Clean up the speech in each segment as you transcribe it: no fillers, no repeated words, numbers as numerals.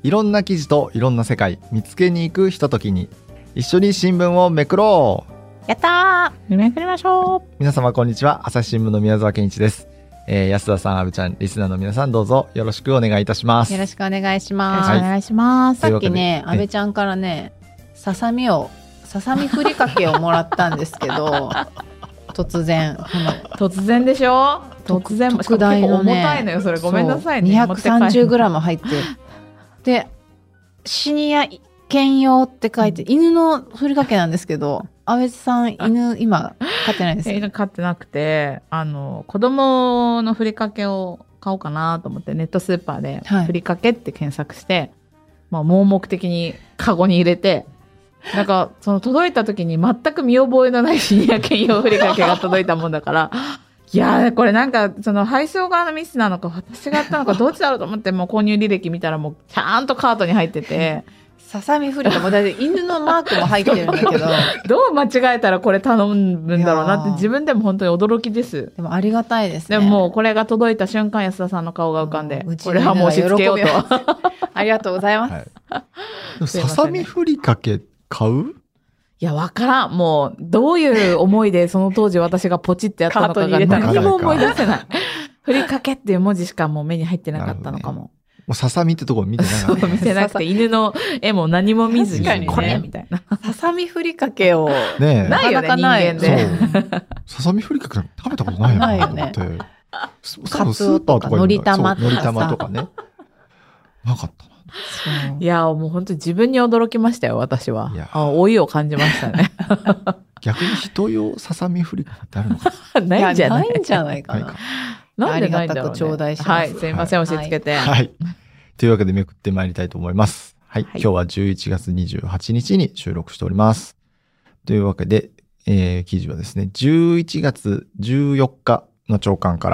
いろんな記事といろんな世界見つけに行くひとときに、一緒に新聞をめくろう。 やったー、めくりましょう。 皆様こんにちは。朝日新聞の宮沢健一です。安田さん、阿部ちゃん、リスナーの皆さん、どうぞよろしくお願いいたします。 よろしくお願いします。 はいお願いします。 はいさっきね、阿部ちゃんからね、ささみふりかけをもらったんですけど突然でしょ。突然特大のね、 重たいのよそれ。ごめんなさいね。 230g 入ってで、シニア犬用って書いて、犬のふりかけなんですけど、阿部さん犬今飼ってないですか？ 犬飼ってなくて、子供のふりかけを買おうかなと思ってネットスーパーではいふりかけって検索して、盲目的にカゴに入れて、なんかその届いた時に全く見覚えのないシニア犬用ふりかけが届いたもんだからいやーこれなんかその配送側のミスなのか私がやったのかどっちだろうと思って、もう購入履歴見たらもうちゃんとカートに入っててささみふりかけもだって犬のマークも入ってるんだけどどう間違えたらこれ頼むんだろうなって自分でも本当に驚きです。 でもありがたいですね。 でももうこれが届いた瞬間安田さんの顔が浮かんで、 うちこれはもう押し付けようと。 ありがとうございます。 はい、でもささみふりかけ買う？ いや、わからん。もう、どういう思いでその当時私がポチってやったのかが何も思い出せない。ふりかけっていう文字しかもう目に入ってなかったのかも。 もうささみってところ見てなかった、 見てなくて、犬の絵も何も見ずに、 確かにねこれみたいな。 ささみふりかけをねえ。 ないよね、人なかなかない間で。 ささみふりかけ食べたことないよないよなと思ねって。スカツオとかにものり玉とかさそうのり玉とかね。なかったな。 いや、もう本当に自分に驚きましたよ、私は。 いや老いを感じましたね。 逆に人用ささみふりかけってあるのかないんじゃない？ ないんじゃないかな。 なんでないんだろうね。 ありがたく頂戴しますはい、すいません、押し付けて。 な。はい。というわけでめくってまいりたいと思います。はい。 はい今日は11月28日に収録しております。というわけで、記事はですね、11月14日の朝刊から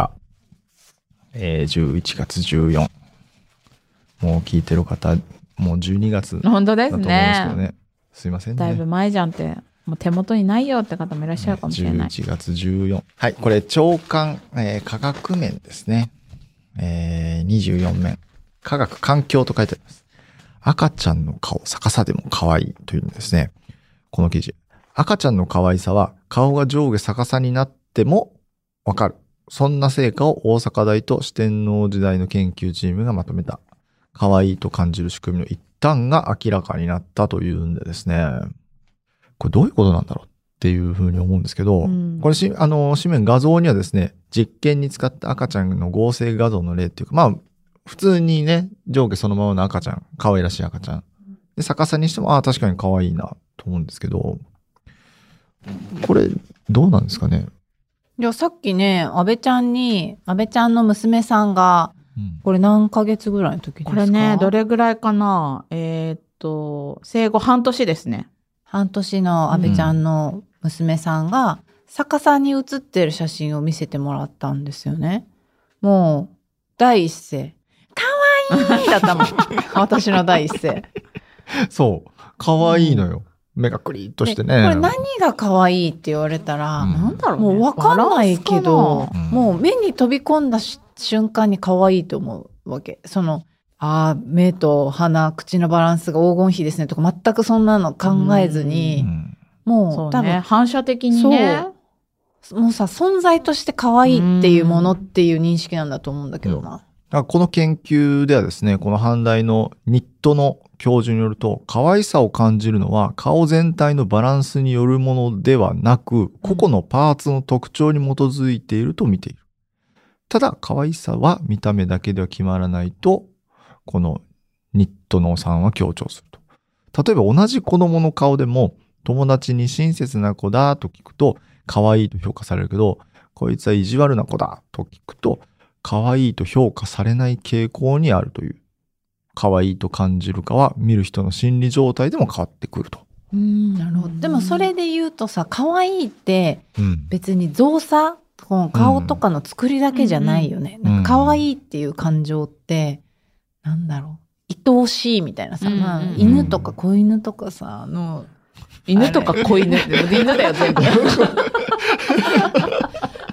、11月14。もう聞いてる方、もう12月だと思本当ですうんですけどね。 ね。すいませんね。 だいぶ前じゃんって、もう手元にないよって方もいらっしゃるかもしれない。 11月14。はい、これ、朝刊、科学面ですね。24面。科学環境と書いてあります。赤ちゃんの顔、逆さでも可愛いというんですね。この記事。赤ちゃんの可愛さは、顔が上下逆さになってもわかる。そんな成果を大阪大と四天王時代の研究チームがまとめた。可愛いと感じる仕組みの一端が明らかになったというんでですね。これどういうことなんだろうっていうふうに思うんですけど、これ紙面画像にはですね、実験に使った赤ちゃんの合成画像の例っていうか、まあ、普通にね、上下そのままの赤ちゃん、可愛らしい赤ちゃん。で、逆さにしても、確かに可愛いなと思うんですけど、これ、どうなんですかね。 いや、さっきね、安倍ちゃんの娘さんが、これ何ヶ月ぐらいの時ですか？ これね、どれぐらいかな。生後半年ですね。 半年の安倍ちゃんの娘さんが、逆さに写ってる写真を見せてもらったんですよね。もう、第一声。かわいいだったもん。私の第一声。 そう。可愛いのよ。目がクリッとしてね。 これ何が可愛いって言われたら、 なんだろうね。 もう分かんないけど、 バランスかなもう目に飛び込んだ瞬間に可愛いと思うわけ。目と鼻、口のバランスが黄金比ですねとか、全くそんなの考えずに、もそうう多分、 ね。反射的にね。 もうさ、存在として可愛いっていうものっていう認識なんだと思うんだけどな。 この研究ではですね、この阪大のニットの教授によると、可愛さを感じるのは顔全体のバランスによるものではなく、個々のパーツの特徴に基づいていると見ている。ただ、可愛さは見た目だけでは決まらないと、このニットのさんは強調すると。例えば同じ子供の顔でも、友達に親切な子だと聞くと、可愛いと評価されるけど、こいつは意地悪な子だと聞くと、可愛いと評価されない傾向にあるという。可愛いと感じるかは見る人の心理状態でも変わってくると。 なるほど。でもそれで言うとさ、可愛いってうん別に造作、この顔とかの作りだけじゃないよね。なんか可愛いっていう感情って、なんだろう。愛おしいみたいなさ、まあ、犬とか子犬とかさ、 犬とか子犬って、犬だよ、全部。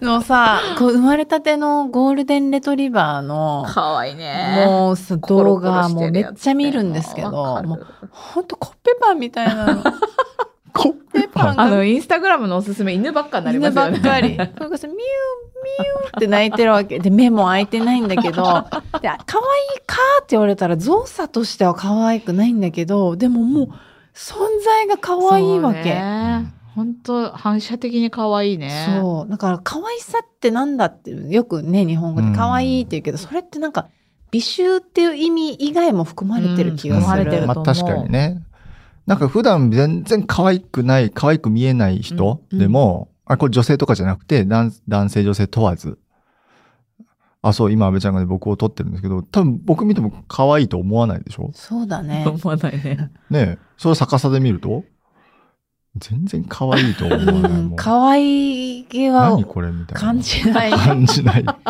のさ、こう生まれたてのゴールデンレトリバーの、 かわいいね。 もうさ動画もうめっちゃ見るんですけど、もうほんとコッペパンみたいなの。 コッペパン。 インスタグラムのおすすめ犬ばっかになりま犬すよね。 ばっかり。それこそミューミューって泣いてるわけで、目も開いてないんだけど、で可愛いかって言われたらゾウさとしては可愛くないんだけど、でももう存在が可愛いわけ。 本当反射的に可愛いね。 そうだから可愛さってなんだってよくね日本語で可愛いって言うけど、それってなんか美醜っていう意味以外も含まれてる気がする。 含まれてるまあ確かにね。なんか普段全然可愛く見えない人でも、これ女性とかじゃなくて男性女性問わず。そう、今安倍ちゃんが、ね、僕を撮ってるんですけど、多分僕見ても可愛いと思わないでしょ？ そうだね。 思わないね。 ねえ、それを逆さで見ると全然可愛いと思わないもん。 可愛げは何これみたいな。 感じない。 感じない。だ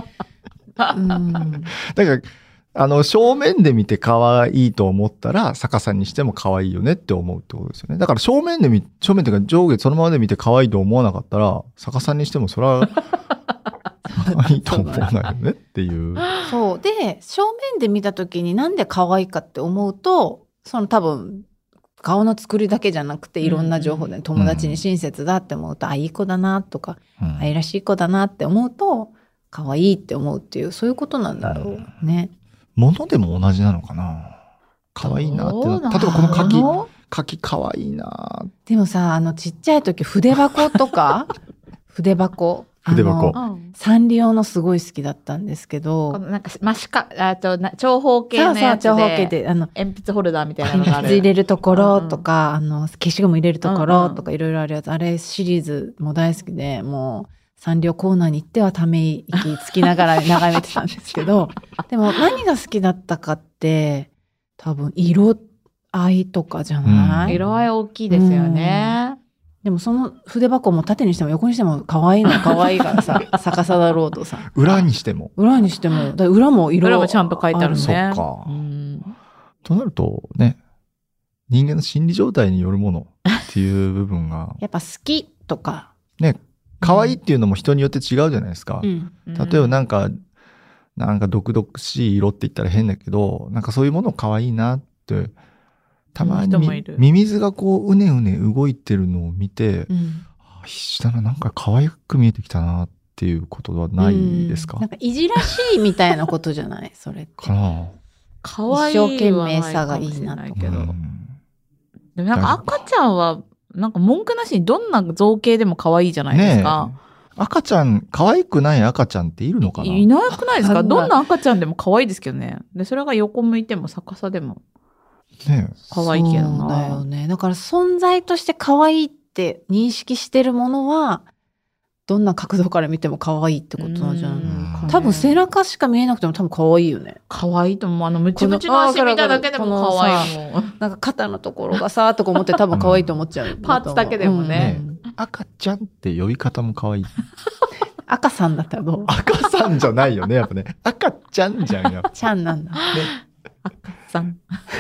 から正面で見て可愛いと思ったら逆さにしても可愛いよねって思うってことですよね。だから正面っていうか上下そのままで見て可愛いと思わなかったら逆さにしてもそれは可愛いと思わないよねっていう。 そうで正面で見た時になんで可愛いかって思うと、その多分顔の作りだけじゃなくていろんな情報で、友達に親切だって思うと、いい子だなとか、愛らしい子だなって思うと可愛いって思うっていう、そういうことなんだろうね。 物でも同じなのかな。可愛いなって例えばこの柿可愛いな。 でもさちっちゃい時筆箱とか筆箱サンリオのすごい好きだったんですけど、 なんか長方形のやつで、 長方形で鉛筆ホルダーみたいなのがある。 鉛筆入れるところとか、消しゴム入れるところとかいろいろあるやつ、あれシリーズも大好きで、もうサンリオコーナーに行ってはため息つきながら眺めてたんですけどでも何が好きだったかって多分色合いとかじゃない？ 色合い大きいですよね。 でもその筆箱も縦にしても横にしても可愛いからさ逆さだろうとさ裏にしても裏も裏もちゃんと書いてあるね。 そっか、となるとね、人間の心理状態によるものっていう部分がやっぱ好きとかね、可愛いっていうのも人によって違うじゃないですか、例えばなんか毒々しい色って言ったら変だけど、なんかそういうものを可愛いなってたまにミミズがこううねうね動いてるのを見て、必死だな、なんか可愛く見えてきたなっていうことはないですか？ なんかいじらしいみたいなことじゃないそれってかな。 可愛い一生懸命さがいいなとか。 でもなんか赤ちゃんはなんか文句なしにどんな造形でも可愛いじゃないですか。 赤ちゃん、可愛くない赤ちゃんっているのかな？ いなくないですか？どんな赤ちゃんでも可愛いですけどね。で、それが横向いても逆さでも可愛いけどな。 そうだよね。だから存在として可愛いって認識してるものは、どんな角度から見ても可愛いってことなんじゃないの？多分背中しか見えなくても多分可愛いよね。 可愛いと思う。ムチムチの足見ただけでも可愛いもん。 なんか肩のところがさとか思って多分可愛いと思っちゃう。 パーツだけでもね。 赤ちゃんって呼び方も可愛い。 赤さんだったらどう？ 赤さんじゃないよね、やっぱね。赤ちゃんじゃんよ。 ちゃんなんだ。ね、 赤さん。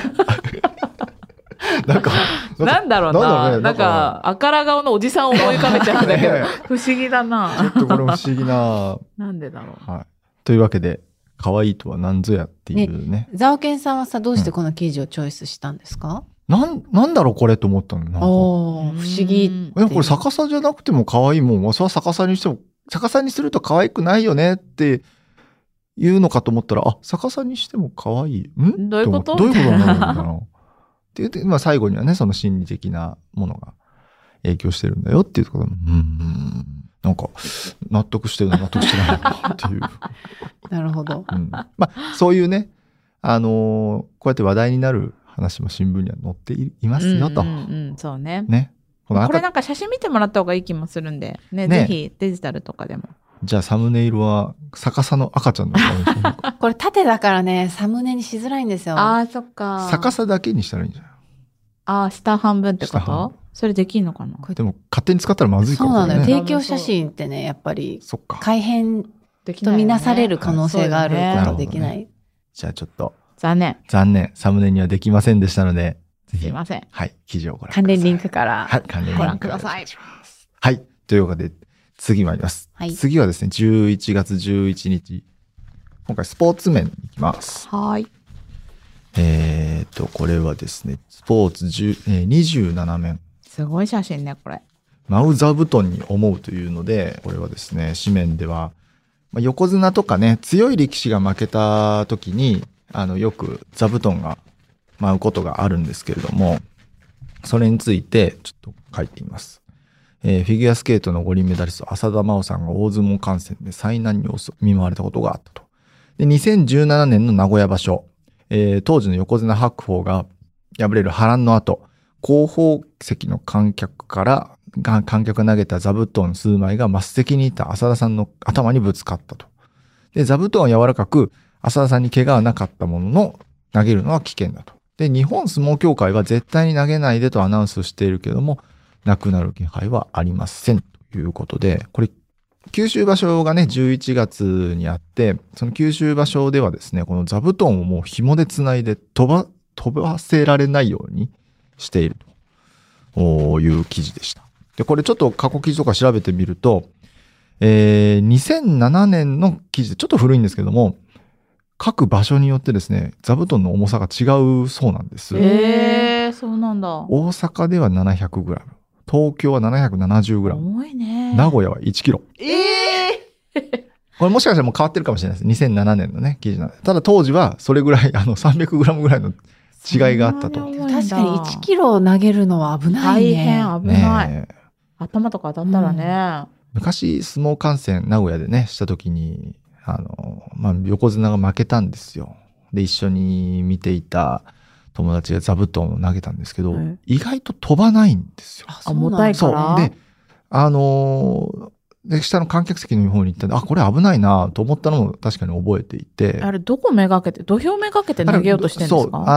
なんだろうな。なんか、赤ら顔のおじさんを思い浮かべちゃうんだけど、不思議だな。 ちょっとこれも不思議な。 なんでだろう。 はい。というわけで、可愛いとは何ぞやっていうね。 ザオケンさんはさ、どうしてこの記事をチョイスしたんですか？ なんだろうこれと思ったの。 不思議。 これ逆さじゃなくても可愛いもん。それは逆さにしても、逆さにすると可愛くないよねっていうのかと思ったら、逆さにしても可愛い。 どういうことどういうことなんだろうな。って言って、最後にはね、その心理的なものが影響してるんだよっていうところで、なんか、納得してるの納得してないのかっていう。 なるほど。 そういうね、こうやって話題になる話も新聞には載っていますよと。 そうね。 ね。 これなんか写真見てもらった方がいい気もするんで、ね、ぜひデジタルとかでも。 じゃあサムネイルは逆さの赤ちゃんの顔にしようか。 これ縦だからね、サムネにしづらいんですよ。 そっか。 逆さだけにしたらいいんじゃない？ 下半分ってこと？それできんのかな？ でも勝手に使ったらまずいかもね。 そうなのよ。提供写真ってね、やっぱり改変とみなされる可能性があることできない。 じゃあちょっと残念。 サムネにはできませんでしたので、ぜひ。 すいません。 はい。記事をご覧ください。 関連リンクから。 はい。関連リンクご覧ください。 はい。というわけで、 次参ります。 はい次はですね、11月11日。今回スポーツ面に行きます。 はい。 これはですね、スポーツ27面。 すごい写真ね、これ。 舞う座布団に思うというので、これはですね、紙面では、横綱とかね、強い力士が負けた時に、よく座布団が舞うことがあるんですけれども、それについてちょっと書いています。フィギュアスケートの五輪メダリスト、浅田真央さんが大相撲観戦で災難に見舞われたことがあったと。で、2017年の名古屋場所、当時の横綱白鵬が敗れる波乱の後、後方席の観客が投げた座布団数枚が末席にいた浅田さんの頭にぶつかったと。で、座布団は柔らかく、浅田さんに怪我はなかったものの、投げるのは危険だと。で、日本相撲協会は絶対に投げないでとアナウンスしているけども、亡くなる気配はありませんということで、これ、九州場所がね、11月にあって、その九州場所ではですね、この座布団をもう紐でつないで飛ばせられないようにしているという記事でした。で、これちょっと過去記事とか調べてみると、2007年の記事でちょっと古いんですけども、各場所によってですね、座布団の重さが違うそうなんです。 そうなんだ。 大阪では 700g、東京は 770g、 重いね。 名古屋は 1kg。これもしかしたらもう変わってるかもしれないです。2007年のね、記事なんで。ただ当時はそれぐらい、300g ぐらいの違いがあったと。 確かに1キロ投げるのは危ないね。 大変危ない。 ねえ、 頭とか当たったらね。 昔相撲観戦名古屋でね、した時に、横綱が負けたんですよ。で、一緒に見ていた友達が座布団を投げたんですけど、意外と飛ばないんですよ。 重たいから。 で、で、下の観客席の方に行ったんで、これ危ないなと思ったのも確かに覚えていて。 あれ、どこめがけて、土俵めがけて投げようとしてるんですか？ そう、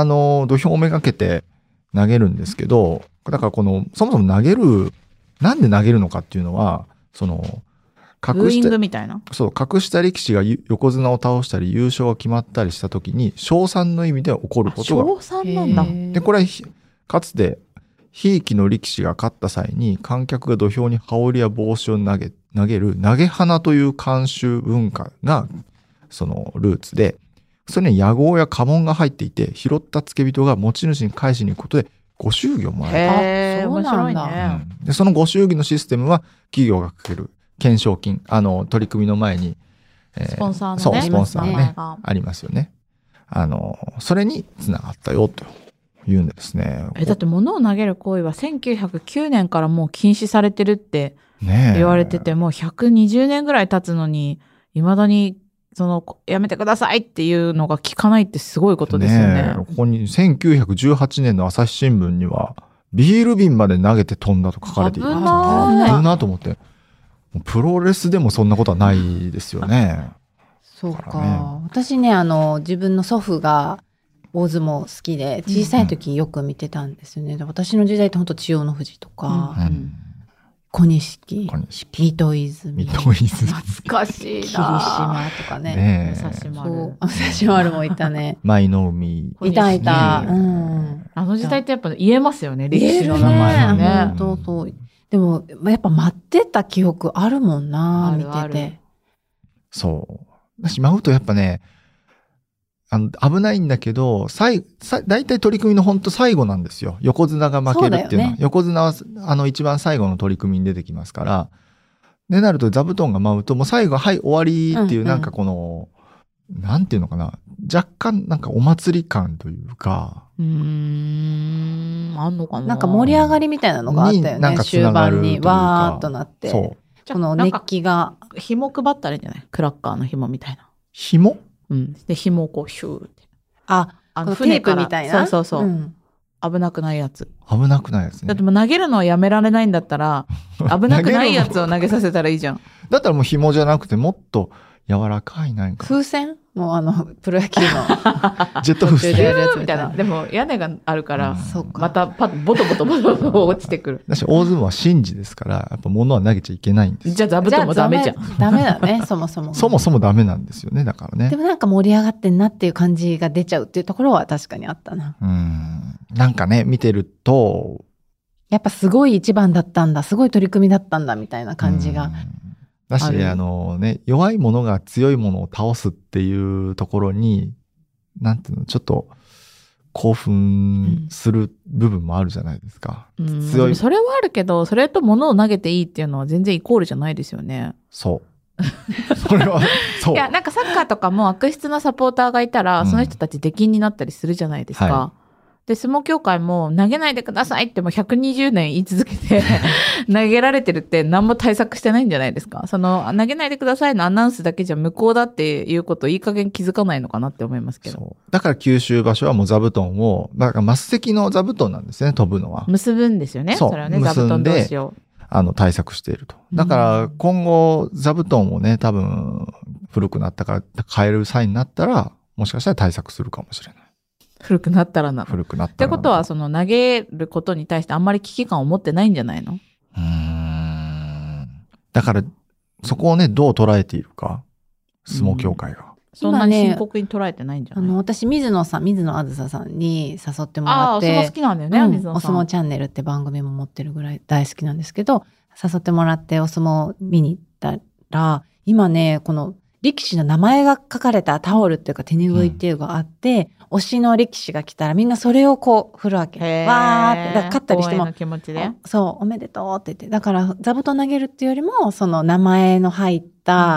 土俵めがけて投げるんですけど、だからそもそもなんで投げるのかっていうのは、 ブーイングみたいな。 そう、格下力士が横綱を倒したり優勝が決まったりした時に、称賛の意味で起こることが。 称賛なんだ。 で、これはかつて、ひいきの力士が勝った際に観客が土俵に羽織や帽子を投げる投げ花という慣習文化がそのルーツで、それには野号や家紋が入っていて、拾った付け人が持ち主に返しに行くことでご祝儀をもらえた。面白いね。 で、そのご祝儀のシステムは企業がかける懸賞金、取り組みの前に、 スポンサーのね。 そう、スポンサーね、ありますよね。それにつながったよと言うんですね。 だって物を投げる行為は1909年からもう禁止されてるって言われてて、もう120年ぐらい経つのに、未だにやめてくださいっていうのが聞かないってすごいことですよね。 ここに1918年の朝日新聞には、ビール瓶まで投げて飛んだと書かれている。危なと思って。プロレスでもそんなことはないですよね。 そうか。私ね、自分の祖父が大相撲好きで、小さい時よく見てたんですよね。私の時代って本当千代の富士とか、小錦、水戸泉。 懐かしいな。 霧島とかね。武蔵丸もいたね。 舞の海。 いた。 あの時代ってやっぱ言えますよね、歴史の名前ね。 そう。でも、やっぱ待ってた記憶あるもんな、見てて。 そう。私、舞うとやっぱね、危ないんだけど、大体取り組みの本当最後なんですよ。横綱が負けるっていうのは。横綱は、一番最後の取り組みに出てきますから。で、なると座布団が舞うと、もう最後、はい、終わりっていう、なんかなんていうのかな。若干、なんかお祭り感というか。 あんのかな。 なんか盛り上がりみたいなのがあったよね。終盤にわーっとなって。そう。この熱気が。 紐配ったらいいんじゃない？クラッカーの紐みたいな。 紐？ で、紐をこう、シューって。 船からみたいな。 そう。危なくないやつ。 危なくないやつね。 だってもう投げるのはやめられないんだったら、危なくないやつを投げさせたらいいじゃん。 だったらもう紐じゃなくてもっと柔らかいなんか。 風船もうプロ野球の。 ジェット風船。 みたいな。でも屋根があるから、またボトボト落ちてくる。 だし大相撲は神事ですから、やっぱ物は投げちゃいけないんです。 じゃあ座布団もダメじゃん。 ダメだね、そもそも。 そもそもダメなんですよね、だからね。 でもなんか盛り上がってんなっていう感じが出ちゃうっていうところは確かにあったな。 なんかね、見てると。 やっぱすごい一番だったんだ、すごい取り組みだったんだみたいな感じがだし、 ある弱いものが強いものを倒すっていうところに、なんていうの、ちょっと興奮する部分もあるじゃないですか。強い。 それはあるけど、それと物を投げていいっていうのは全然イコールじゃないですよね。 そう。それは、そう。 いや、なんかサッカーとかも悪質なサポーターがいたら、その人たち出禁になったりするじゃないですか。 はで、相撲協会も投げないでくださいってもう120年言い続けて投げられてるって何も対策してないんじゃないですか。その投げないでくださいのアナウンスだけじゃ無効だっていうことをいい加減気づかないのかなって思いますけど。 そう。だから九州場所はもう座布団を、だから末席の座布団なんですね、飛ぶのは。 結ぶんですよね。 そうそれはね、座布団同士を。 対策していると。だから今後座布団をね、多分古くなったから変える際になったら、もしかしたら対策するかもしれない。 古くなったらなの。 古くなったら。 ってことは、その投げることに対してあんまり危機感を持ってないんじゃないの？ だから、そこをね、どう捉えているか。相撲協会が。 そんなに深刻に捉えてないんじゃない？ 私、水野あずささんに誘ってもらああ、 っお相撲好て、 きなんだよね、水野さん。 お相撲チャンネルって番組も持ってるぐらい大好きなんですけど、誘ってもらってお相撲見に行ったら、今ね、この力士の名前が書かれたタオルっていうか手拭いっていうのがあって、推しの力士が来たらみんなそれをこう振るわけ。わーって、だから勝ったりしても、 応援の気持ちで。 そう、おめでとうって言って。だから座布団投げるっていうよりも、その名前の入った、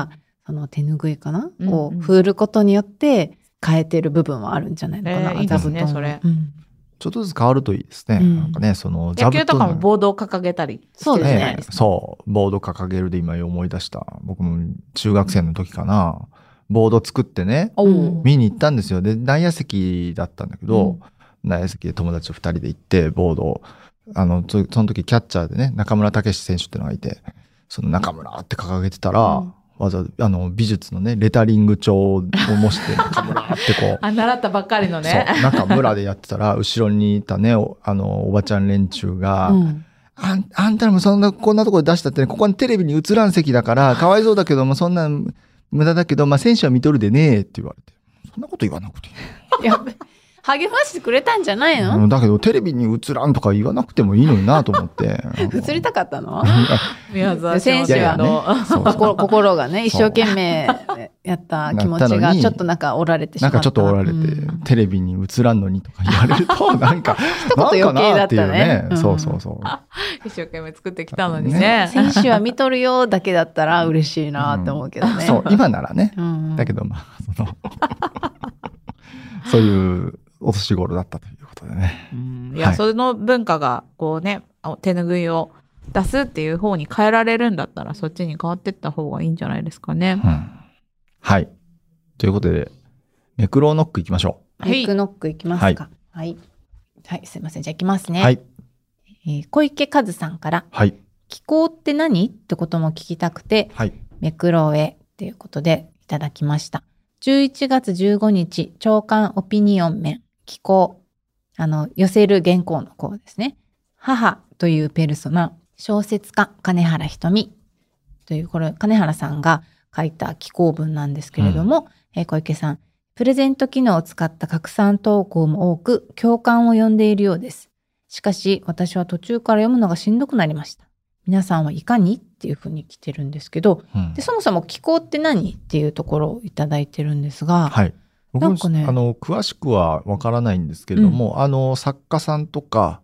その手拭いかな、を振ることによって変えてる部分はあるんじゃないのかな。 いいですね、それ。 ちょっとずつ変わるといいですね。なんかね、その野球とかもボードを掲げたりしてるじゃないですか。 そう、ボード掲げるで今思い出した。僕も中学生の時かな。ボード作ってね、見に行ったんですよ。で、内野席だったんだけど、内野席で友達と2人で行って、ボードを、その時キャッチャーでね、中村武史選手ってのがいて、その中村って掲げてたら、わざ美術のね、レタリング帳を模して、中村ってこう。 習ったばっかりのね。 そう、中村でやってたら、後ろにいたね、おばちゃん連中が、あんたらもこんなところで出したってね、ここにテレビに映らん席だから、かわいそうだけども、そんな無駄だけど、まあ、選手は見とるでねって言われて。そんなこと言わなくていい。 やべ、励ましてくれたんじゃないの？ だけど、テレビに映らんとか言わなくてもいいのになと思って。 映りたかったの？ 宮沢選手は心がね、一生懸命やった気持ちがちょっとなんか折られてしまった。 なんかちょっと折られて、テレビに映らんのにとか言われると、なんか、 一言余計だったね。 そうそうそう。 一生懸命作ってきたのにね。 選手は見とるよだけだったら嬉しいなって思うけどね。 そう、今ならね。だけど、まあ、そういうお年頃だったということでね。 いや、その文化が、こうね、手拭いを出すっていう方に変えられるんだったら、そっちに変わっていった方がいいんじゃないですかね。 はい。ということで、メクローノックいきましょう。メクノックいきますか。はい。はい、すいません。じゃあいきますね。 はい。 小池和さんから、 はい。 気候って何ってことも聞きたくて、 はい。 メクローへっていうことでいただきました。11月15日、朝刊オピニオン面、気候、寄せる原稿の項ですね。母というペルソナ、小説家、金原ひとみという、これ、金原さんが書いた寄稿文なんですけれども、小池さん、プレゼント機能を使った拡散投稿も多く、共感を呼んでいるようです。しかし、私は途中から読むのがしんどくなりました。皆さんはいかにっていうふうに来てるんですけど、でそもそも気候って何っていうところをいただいてるんですが、 はい。僕も、ね、詳しくはわからないんですけれども、作家さんとか、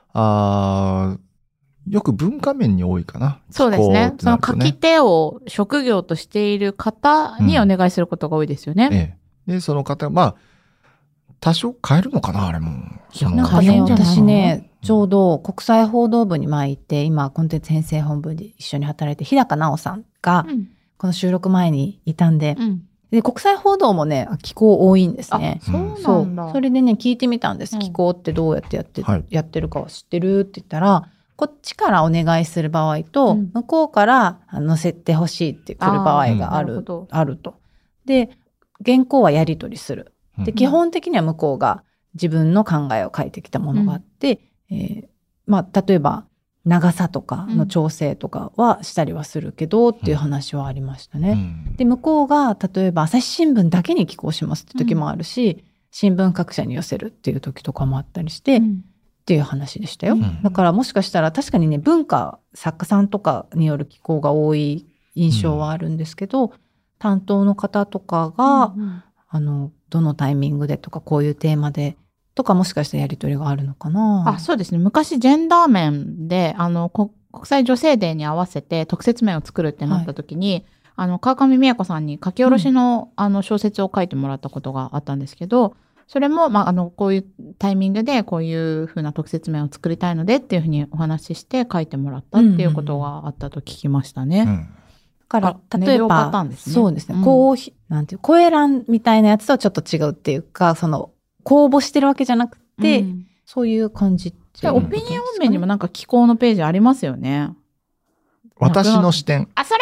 よく文化面に多いかな。 そうですね。その書き手を職業としている方にお願いすることが多いですよね。 で、その方、まあ、多少変えるのかな、あれも。 なんかね、私ね、ちょうど国際報道部に前行って、今、コンテンツ編成本部で一緒に働いて、日高直さんが、この収録前にいたんで、で、国際報道もね、気候多いんですね。 そうなんだ。 それでね、聞いてみたんです。気候ってどうやってやってるかを知ってるって言ったら、こっちからお願いする場合と、向こうから載せてほしいって来る場合があると。で、原稿はやり取りする。で、基本的には向こうが自分の考えを書いてきたものがあって、まあ、例えば、長さとかの調整とかはしたりはするけどっていう話はありましたね。で、向こうが例えば朝日新聞だけに寄稿しますって時もあるし、新聞各社に寄せるっていう時とかもあったりして、っていう話でしたよ。だからもしかしたら確かにね、文化、作家さんとかによる寄稿が多い印象はあるんですけど、担当の方とかが、どのタイミングでとか、こういうテーマでとか、もしかしたらやり取りがあるのかな。 そうですね。昔、ジェンダー面で、国際女性デーに合わせて特設面を作るってなった時に、川上美恵子さんに書き下ろしの、小説を書いてもらったことがあったんですけど、それも、こういうタイミングでこういう風な特設面を作りたいのでっていうふうにお話しして書いてもらったっていうことがあったと聞きましたね。 だから、例えば、そうですね、なんていう、声欄みたいなやつとはちょっと違うっていうか、公募してるわけじゃなくて、そういう感じっていう、 オピニオン面にもなんか寄稿のページありますよね。 私の視点。 それ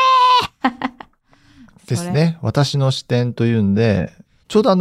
ですね。私の視点というんで、ちょうど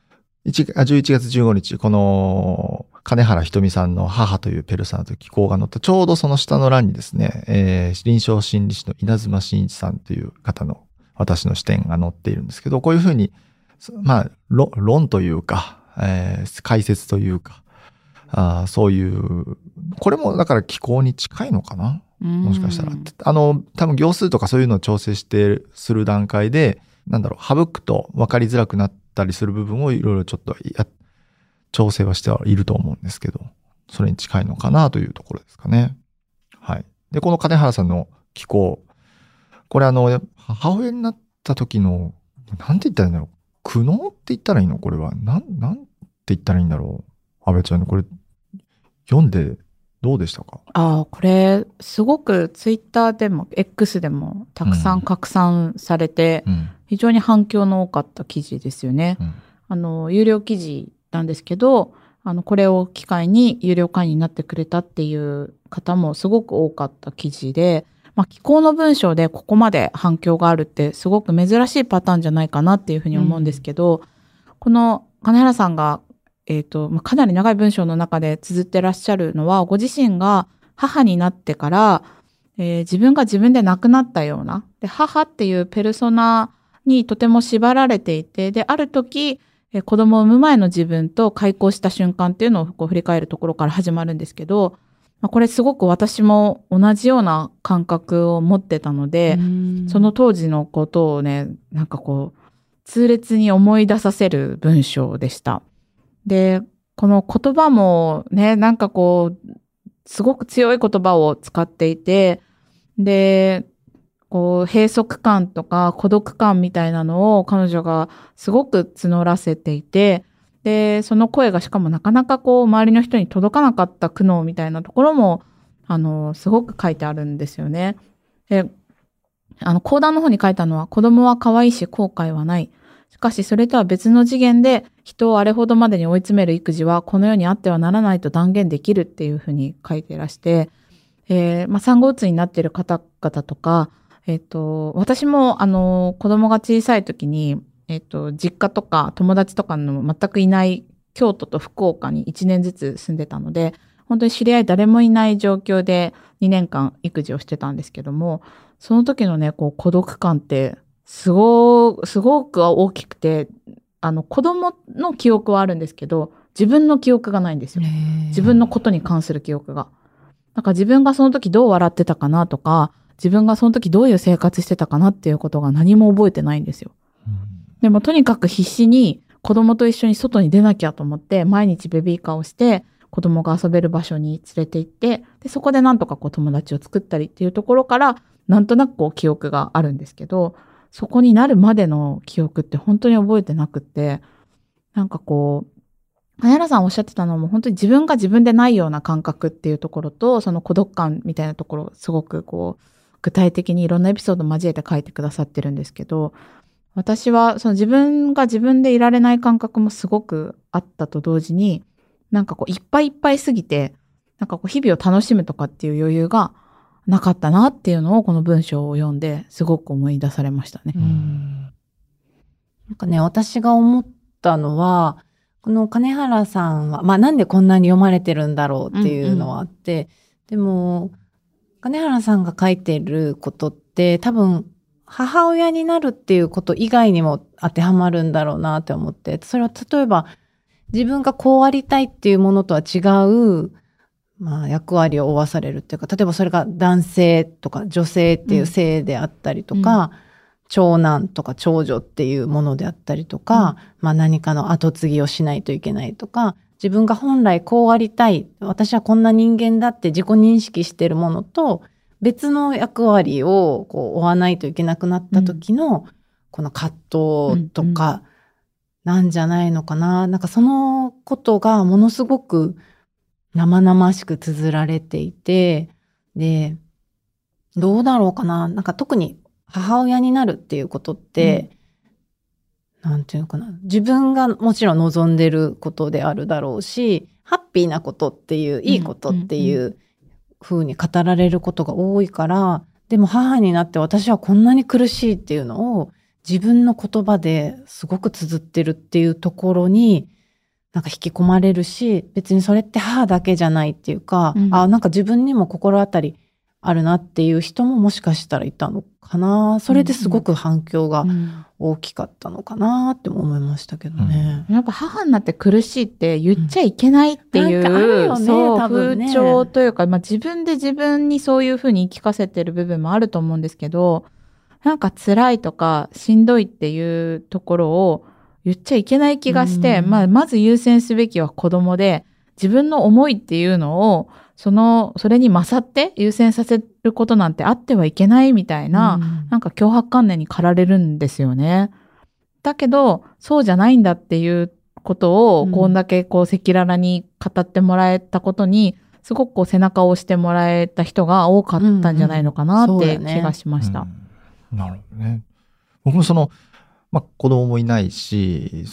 11月15日、この、金原ひとみさんの母というペルソナという寄稿が載った、ちょうどその下の欄にですね、臨床心理士の稲妻真一さんという方の私の視点が載っているんですけど、こういうふうに、論というか、解説というか、そういう、これもだから寄稿に近いのかな？もしかしたら。多分行数とかそういうのを調整する段階で、省くと分かりづらくなったりする部分をいろいろちょっと調整はしてはいると思うんですけど、それに近いのかなというところですかね。はい。で、この金原さんの寄稿、これ母親になった時の、なんて言ったらいいんだろう。苦悩って言ったらいいの？これは。なんて言ったらいいんだろう。安倍ちゃん、これ、読んでどうでしたか？ これ、すごくツイッターでも X でもたくさん拡散されて、非常に反響の多かった記事ですよね。有料記事なんですけど、これを機会に有料会員になってくれたっていう方もすごく多かった記事で、寄稿の文章でここまで反響があるってすごく珍しいパターンじゃないかなっていうふうに思うんですけど、この金原さんが、かなり長い文章の中で綴ってらっしゃるのは、ご自身が母になってから、自分が自分で亡くなったような、で、母っていうペルソナにとても縛られていて、で、ある時、子供を産む前の自分と開口した瞬間っていうのをこう振り返るところから始まるんですけど、これすごく私も同じような感覚を持ってたので、その当時のことをね、痛烈に思い出させる文章でした。で、この言葉もね、すごく強い言葉を使っていて、で、閉塞感とか孤独感みたいなのを彼女がすごく募らせていて、で、その声がしかもなかなか周りの人に届かなかった苦悩みたいなところも、すごく書いてあるんですよね。で、講談の方に書いたのは、子供は可愛いし後悔はない。しかしそれとは別の次元で人をあれほどまでに追い詰める育児はこの世にあってはならないと断言できるっていうふうに書いていらして、産後うつになっている方々とか、私も子供が小さい時に、実家とか友達とかの全くいない京都と福岡に1年ずつ住んでたので、本当に知り合い誰もいない状況で2年間育児をしてたんですけども、その時のね、孤独感ってすごく大きくて、子供の記憶はあるんですけど、自分の記憶がないんですよ。自分のことに関する記憶が。自分がその時どう笑ってたかなとか、自分がその時どういう生活してたかなっていうことが何も覚えてないんですよ。でもとにかく必死に子供と一緒に外に出なきゃと思って、毎日ベビーカーをして子供が遊べる場所に連れて行って、でそこでなんとか友達を作ったりっていうところから、なんとなく記憶があるんですけど、そこになるまでの記憶って本当に覚えてなくって、金原さんおっしゃってたのも本当に自分が自分でないような感覚っていうところと、その孤独感みたいなところ、すごく具体的にいろんなエピソードを交えて書いてくださってるんですけど、私はその自分が自分でいられない感覚もすごくあったと同時に、いっぱいいっぱいすぎて、日々を楽しむとかっていう余裕がなかったなっていうのをこの文章を読んですごく思い出されましたね。 私が思ったのは、この金原さんは、なんでこんなに読まれてるんだろうっていうのはあって、でも、金原さんが書いてることって多分、母親になるっていうこと以外にも当てはまるんだろうなって思って、それは例えば、自分がこうありたいっていうものとは違う、 まあ、役割を負わされるっていうか、例えばそれが男性とか女性っていう性であったりとか、長男とか長女っていうものであったりとか、まあ何かの後継ぎをしないといけないとか、自分が本来こうありたい、私はこんな人間だって自己認識しているものと、別の役割をこう追わないといけなくなった時の、この葛藤とかなんじゃないのかな。なんかそのことがものすごく生々しく綴られていて、で、どうだろうかな。なんか特に母親になるっていうことって、なんていうのかな。自分がもちろん望んでることであるだろうし、ハッピーなことっていう、いいことっていう風に語られることが多いから、でも母になって私はこんなに苦しいっていうのを自分の言葉ですごく綴ってるっていうところに、なんか引き込まれるし、別にそれって母だけじゃないっていうか、なんか自分にも心当たりあるなっていう人ももしかしたらいたのかな。それですごく反響が大きかったのかなっても思いましたけどね。 やっぱ母になって苦しいって言っちゃいけないっていう、 なんかあるよね、 そう、 多分ね、 風潮というか、まあ自分で自分にそういうふうに言い聞かせてる部分もあると思うんですけど、なんか辛いとかしんどいっていうところを言っちゃいけない気がして、まず優先すべきは子供で、自分の思いっていうのを、それに勝って優先させることなんてあってはいけないみたいな、なんか強迫観念に駆られるんですよね。だけど、そうじゃないんだっていうことを、こんだけこう赤裸々に語ってもらえたことに、すごくこう背中を押してもらえた人が多かったんじゃないのかなって気がしました。 なるほどね。僕も子供もいないし、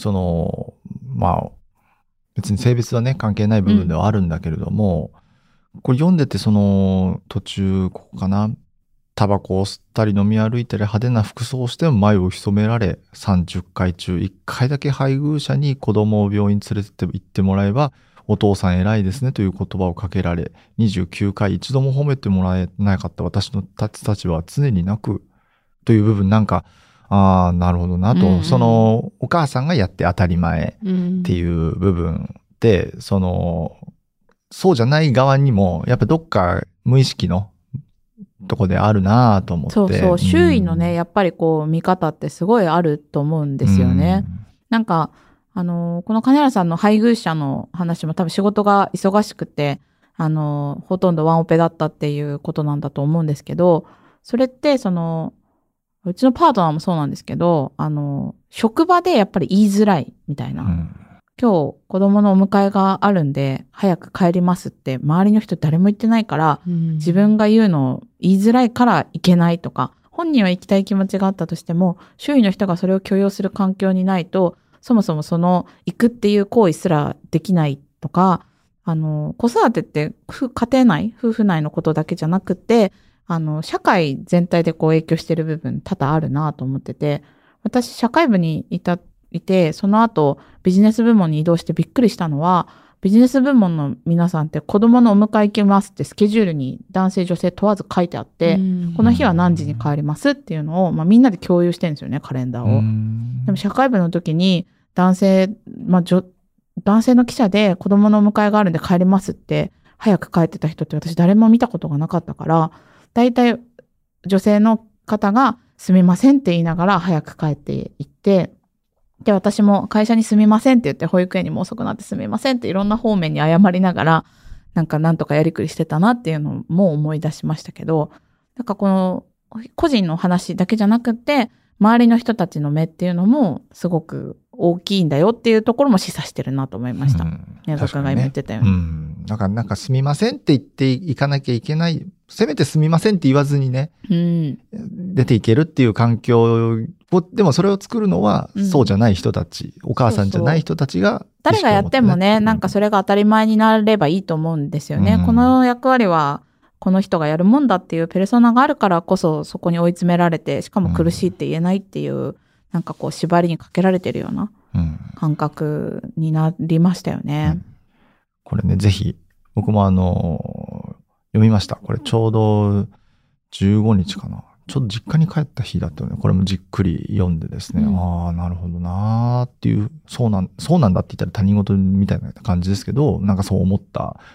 別に性別はね、関係ない部分ではあるんだけれども、これ読んでて途中、ここかな。タバコを吸ったり飲み歩いたり派手な服装をしても眉を潜められ、30回中1回だけ配偶者に子供を病院連れて行ってもらえば、お父さん偉いですねという言葉をかけられ、29回一度も褒めてもらえなかった私の立場は常になく、という部分なんか、なるほどなと、お母さんがやって当たり前っていう部分で、そうじゃない側にも、やっぱどっか無意識のとこであるなと思って。 そうそう、周囲のね、やっぱりこう見方ってすごいあると思うんですよね。なんか、この金原さんの配偶者の話も多分仕事が忙しくて、ほとんどワンオペだったっていうことなんだと思うんですけど、それってうちのパートナーもそうなんですけど、職場でやっぱり言いづらいみたいな。今日子供のお迎えがあるんで早く帰りますって周りの人誰も言ってないから、自分が言うのを言いづらいから行けないとか、本人は行きたい気持ちがあったとしても、周囲の人がそれを許容する環境にないと、そもそも行くっていう行為すらできないとか、子育てって家庭内、夫婦内のことだけじゃなくて、社会全体でこう影響してる部分多々あるなと思ってて、私社会部にいて、その後ビジネス部門に移動してびっくりしたのは、ビジネス部門の皆さんって子供のお迎え行きますってスケジュールに男性女性問わず書いてあって、この日は何時に帰りますっていうのを、みんなで共有してるんですよね、カレンダーを。でも社会部の時に男性の記者で子供のお迎えがあるんで帰りますって早く帰ってた人って私誰も見たことがなかったから、だいたい女性の方がすみませんって言いながら早く帰っていって、で、私も会社にすみませんって言って保育園にも遅くなってすみませんっていろんな方面に謝りながら、なんとかやりくりしてたなっていうのも思い出しましたけど、なんかこの個人の話だけじゃなくて、周りの人たちの目っていうのもすごく大きいんだよっていうところも示唆してるなと思いました。宮沢君が今言ってたように。 なんかすみませんって言っていかなきゃいけない。せめてすみませんって言わずにね、出ていけるっていう環境を、でもそれを作るのはそうじゃない人たち、お母さんじゃない人たちが、 誰がやってもね、なんかそれが当たり前になればいいと思うんですよね。この役割はこの人がやるもんだっていうペルソナがあるからこそそこに追い詰められて、しかも苦しいって言えないっていう、なんかこう縛りにかけられてるような感覚になりましたよね。 これね、ぜひ、僕も読みました。これちょうど15日かな。ちょっと実家に帰った日だったので、これもじっくり読んでですね、なるほどなーっていう、そうなんだって言ったら他人事みたいな感じですけど、なんかそう思った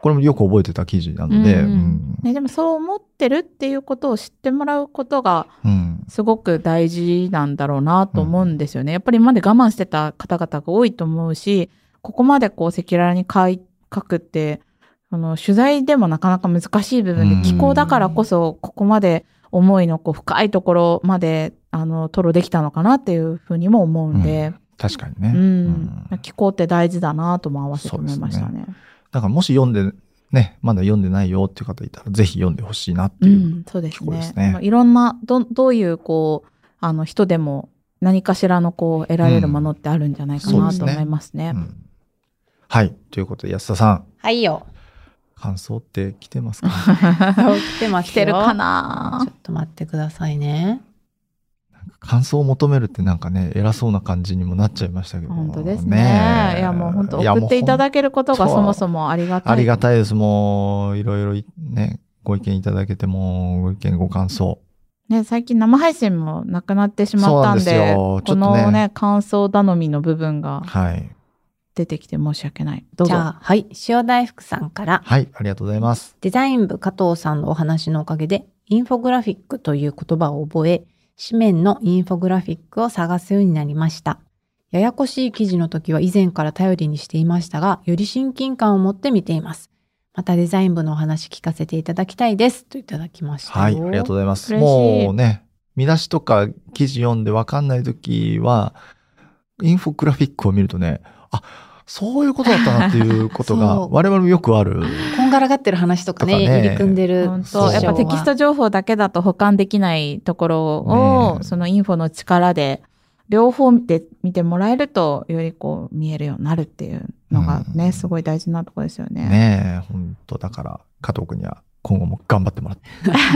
これもよく覚えてた記事なので、 ね、でもそう思ってるっていうことを知ってもらうことがうんすごく大事なんだろうなと思うんですよね。やっぱり今まで我慢してた方々が多いと思うし、ここまでこう赤裸々に書くって、取材でもなかなか難しい部分で、気候だからこそここまで思いのこう深いところまで吐露できたのかなっていうふうにも思うんで、 確かにね、 気候って大事だなとも合わせて思いましたね。 だからもし読んでね、まだ読んでないよっていう方いたらぜひ読んでほしいなっていうそうです気候ですね。 ね。 いろんなどういうこう人でも何かしらのこう得られるものってあるんじゃないかなと思いますね。 はい、ということで安田さん、 はいよ。 感想って来てますか？ 来てますよ。 来てるかな？ ちょっと待ってくださいね。 感想を求めるってなんかね、偉そうな感じにもなっちゃいましたけど。 本当ですね。いやもう本当送っていただけることがそもそもありがたい。 ありがたいです。もういろいろね、ご意見いただけても、ご意見ご感想。 ね、最近生配信もなくなってしまったんで、このね、感想頼みの部分が出てきて申し訳ない。どうぞ。 じゃあ、はい。塩大福さんから。 はい、ありがとうございます。 デザイン部加藤さんのお話のおかげで、インフォグラフィックという言葉を覚え、紙面のインフォグラフィックを探すようになりました。ややこしい記事の時は以前から頼りにしていましたが、より親近感を持って見ています。またデザイン部のお話聞かせていただきたいです。といただきましたよ。 はい、ありがとうございます。 嬉しい。 もうね、見出しとか記事読んでわかんない時は、インフォグラフィックを見るとね、あ、そういうことだったなっていうことが我々もよくある。 こんがらがってる話とかね、入り組んでる。 本当やっぱテキスト情報だけだと保管できないところを、そのインフォの力で両方見てもらえると、よりこう見えるようになるっていうのがね、すごい大事なところですよね。 ねえ、本当だから加藤君には今後も頑張ってもらって。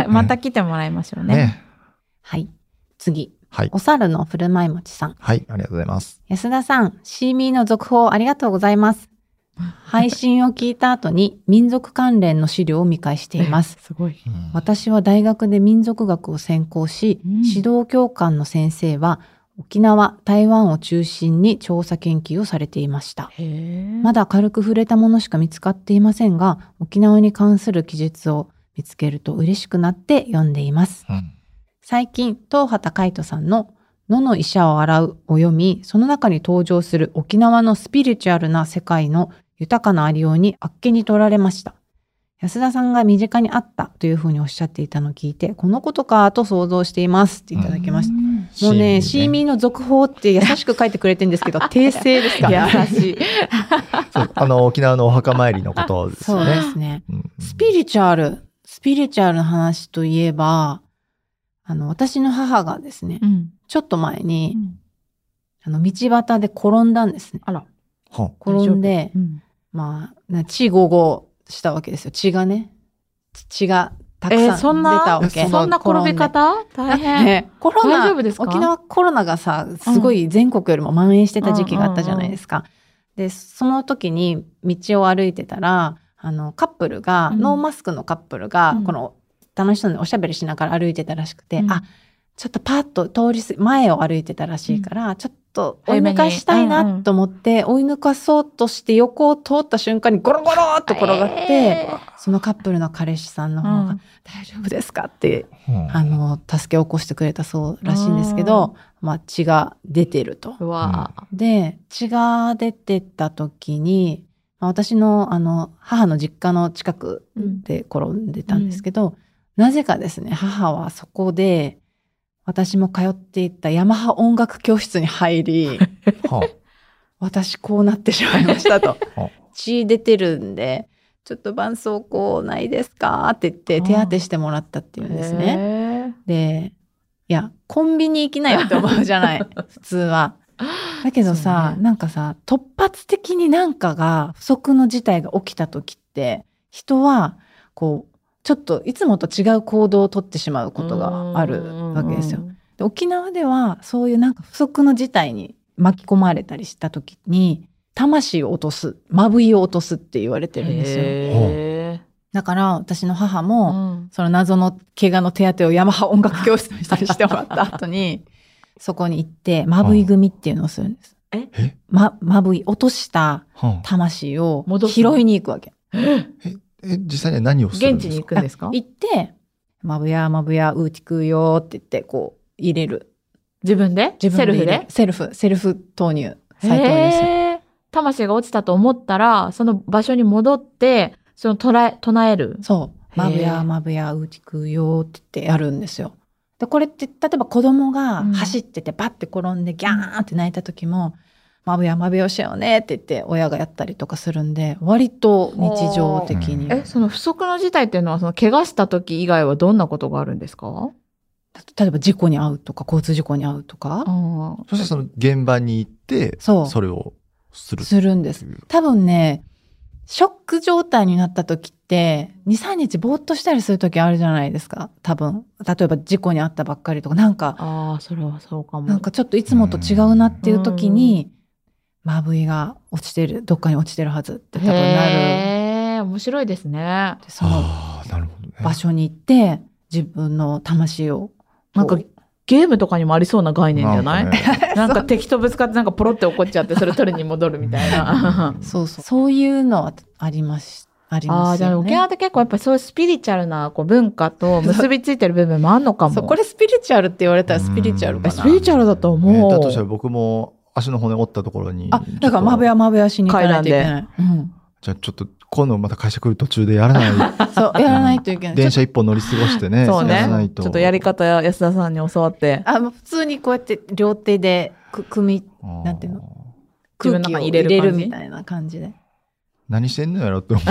また来てもらいましょうね。 はい。次。 はい。 お猿の振る舞いもちさん。 はい、ありがとうございます。 安田さん、シーミーの続報ありがとうございます。配信を聞いた後に民族関連の資料を見返しています。 すごい。 私は大学で民族学を専攻し、指導教官の先生は沖縄、台湾を中心に調査研究をされていました。まだ軽く触れたものしか見つかっていませんが、沖縄に関する記述を見つけると嬉しくなって読んでいます。最近、東畑海人さんの野の医者を洗うを読み、その中に登場する沖縄のスピリチュアルな世界の豊かなありようにあっけに取られました。安田さんが身近にあったというふうにおっしゃっていたのを聞いて、このことかと想像していますっていただきました。もうね、シーミーの続報って優しく書いてくれてるんですけど、訂正ですか？ 優しい。 沖縄のお墓参りのことですね。 そうですね。スピリチュアルの話といえば、私の母がですね、ちょっと前に、道端で転んだんですね。 あら。 転んで、まあ、血ごごしたわけですよ。血がたくさん出たわけ。 そんな転び方？大変。 コロナ、 大丈夫ですか？ 沖縄コロナがさ、すごい全国よりも蔓延してた時期があったじゃないですか。で、その時に道を歩いてたら、カップルが、ノーマスクのカップルが、この、楽しそうにおしゃべりしながら歩いてたらしくて、ちょっとパッと前を歩いてたらしいから、ちょっと追い抜かしたいなと思って、追い抜かそうとして横を通った瞬間にゴロゴロっと転がって、そのカップルの彼氏さんの方が、大丈夫ですかって、助けを起こしてくれたそうらしいんですけど、まあ血が出てると。で、血が出てた時に、私の母の実家の近くで転んでたんですけど、なぜかですね、母はそこで、私も通っていたヤマハ音楽教室に入り、私こうなってしまいましたと。血出てるんで、ちょっと絆創膏ないですかって言って手当てしてもらったっていうんですね。で、いや、コンビニ行きなよって思うじゃない、普通は。だけどさ、なんかさ、突発的になんかが不測の事態が起きた時って、人は、こう、ちょっといつもと違う行動をとってしまうことがあるわけですよ。で、沖縄ではそういうなんか不測の事態に巻き込まれたりした時に魂を落とす、まぶいを落とすって言われてるんですよ。だから私の母も、その謎の怪我の手当てをヤマハ音楽教室にしてもらった後にそこに行ってまぶい組っていうのをするんです。まぶい落とした魂を拾いに行くわけ。 実際には何をするんですか？ 現地に行くんですか？ 行って、まぶやまぶやウーティクーよーって言って、こう、入れる。 自分で自分で入れるセルフでセルフ投入。再投入する。 へー魂が落ちたと思ったら、その場所に戻って、その唱える。 そう。まぶやまぶやウーティクーよーって言ってやるんですよ。で、これって、例えば子供が走ってて、バッて転んでギャーンって泣いた時も、まぶやまぶやしようねって言って親がやったりとかするんで、割と日常的に。 その不測の事態っていうのは、その怪我した時以外はどんなことがあるんですか？ 例えば事故に遭うとか、交通事故に遭うとか。 そしてその現場に行って、それをするんです。多分ね、ショック状態になった時って、2、3日ぼーっとしたりする時あるじゃないですか。多分。例えば事故に遭ったばっかりとか、なんか、 それはそうかも。 なんかちょっといつもと違うなっていう時に、まぶいが落ちてる、どっかに落ちてるはずって多分なる。 面白いですね。 その場所に行って、自分の魂を。 なんかゲームとかにもありそうな概念じゃない？なんか敵とぶつかってなんかポロって落っこっちゃって、それ取りに戻るみたいな。 そういうのはありますよね。 じゃあ沖縄って結構やっぱりそういうスピリチュアルな文化と結びついてる部分もあんのかも。 これスピリチュアルって言われたらスピリチュアルかな。 スピリチュアルだと思う。 だとしたら僕も足の骨折ったところに。 だからまぶやまぶやしに行かないといけない。 じゃあちょっと今度また会社来る途中でやらない。 そう、やらないといけない。 電車一本乗り過ごしてね。 そうね。 やらないとちょっとやり方安田さんに教わって。 普通にこうやって両手でなんていうの？空気を入れるみたいな感じで。 何してんのやろって思う。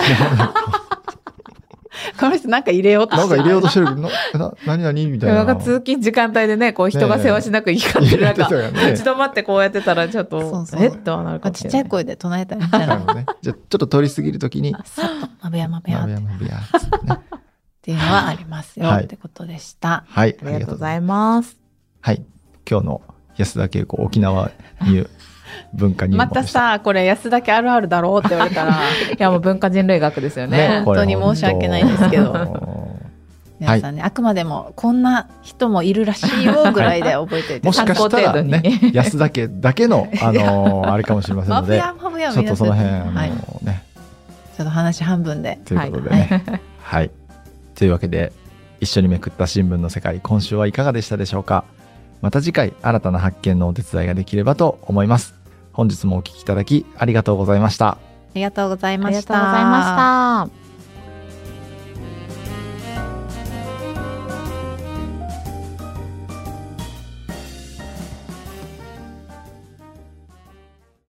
この人なんか入れようとしてる。 なんか入れようとしてる。何みたいな。 なんか通勤時間帯でね、こう人が世話しなく生き交ってる中、立ち止まってこうやってたらちょっと、えっとはなるかもしれない。 ちっちゃい声で唱えたりみたいな。 じゃあちょっと通り過ぎるときに、 さっと、まぶやまぶや。っていうのはありますよってことでした。 はい。 ありがとうございます。 はい。今日の安田恵子沖縄に文化入門またさ、これ安田家あるあるだろうって言われたら。 いやもう文化人類学ですよね。 本当に申し訳ないんですけど。皆さんね、あくまでもこんな人もいるらしいよぐらいで覚えておいて。 もしかしたらね、安田家だけの、あれかもしれませんので、ちょっとその辺、ね。 ちょっと話半分で。 ということでね。はい。というわけで、一緒にめくった新聞の世界、今週はいかがでしたでしょうか。また次回、新たな発見のお手伝いができればと思います。本日もお聞きいただきありがとうございました。 ありがとうございました。 ありがとうございました。